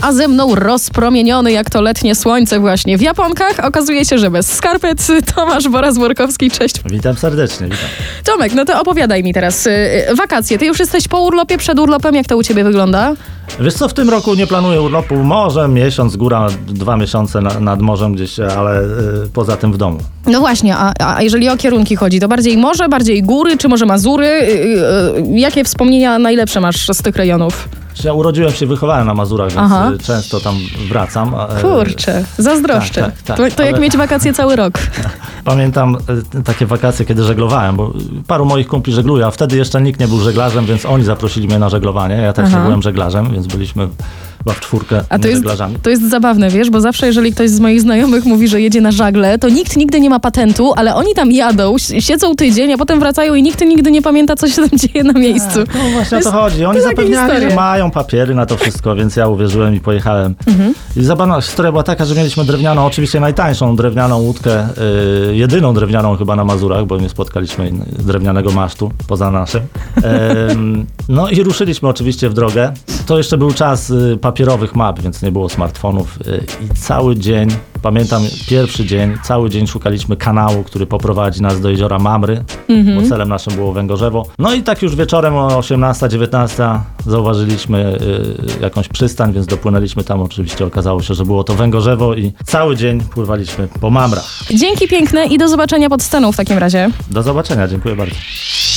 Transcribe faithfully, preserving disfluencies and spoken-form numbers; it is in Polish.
a ze mną rozpromieniony jak to letnie słońce właśnie w japonkach. Okazuje się, że bez skarpet. Tomasz Boras-Borkowski, cześć. Witam serdecznie, witam. Tomek, no to opowiadaj mi teraz. Wakacje, ty już jesteś po urlopie, przed urlopem, jak to u ciebie wygląda? Wiesz co, w tym roku nie planuję urlopu, może miesiąc, góra, dwa miesiące na, nad morzem gdzieś, ale y, poza tym w domu. No właśnie, a, a jeżeli o kierunki chodzi, to bardziej morze, bardziej góry, czy może Mazury? Yy, yy, jakie wspomnienia najlepsze masz z tych rejonów? Ja urodziłem się, wychowałem na Mazurach, więc Aha. często tam wracam. Kurczę, zazdroszczę. Tak, tak, tak, to to jak ale... mieć wakacje cały rok. Pamiętam y, takie wakacje, kiedy żeglowałem, bo paru moich kumpli żegluje, a wtedy jeszcze nikt nie był żeglarzem, więc oni zaprosili mnie na żeglowanie. Ja też Aha. nie byłem żeglarzem, więc byliśmy chyba w czwórkę A to jest, żeglarzami. to jest zabawne, wiesz, bo zawsze jeżeli ktoś z moich znajomych mówi, że jedzie na żagle, to nikt nigdy nie ma patentu, ale oni tam jadą, siedzą tydzień, a potem wracają i nikt nigdy nie pamięta, co się tam dzieje na miejscu. No właśnie o to jest- chodzi. Oni to takie zapewniali, historie. że mają papiery na to wszystko, więc ja uwierzyłem i pojechałem. Mhm. I zabawna historia była taka, że mieliśmy drewnianą, oczywiście najtańszą drewnianą łódkę, y, jedyną drewnianą chyba na Mazurach, bo nie spotkaliśmy innej- drewnianego masztu poza naszym. Ym, no i ruszyliśmy oczywiście w drogę. To jeszcze był czas y, papierowych map, więc nie było smartfonów y, i cały dzień, pamiętam pierwszy dzień, cały dzień szukaliśmy kanału, który poprowadzi nas do jeziora Mamry, Mhm. bo celem naszym było Węgorzewo. No i tak już wieczorem o osiemnasta dziewiętnasta zauważyliśmy y, jakąś przystań, więc dopłynęliśmy tam. Oczywiście okazało się, że było to Węgorzewo i cały dzień pływaliśmy po Mamrach. Dzięki piękne i do zobaczenia pod sceną w takim razie. Do zobaczenia, dziękuję bardzo.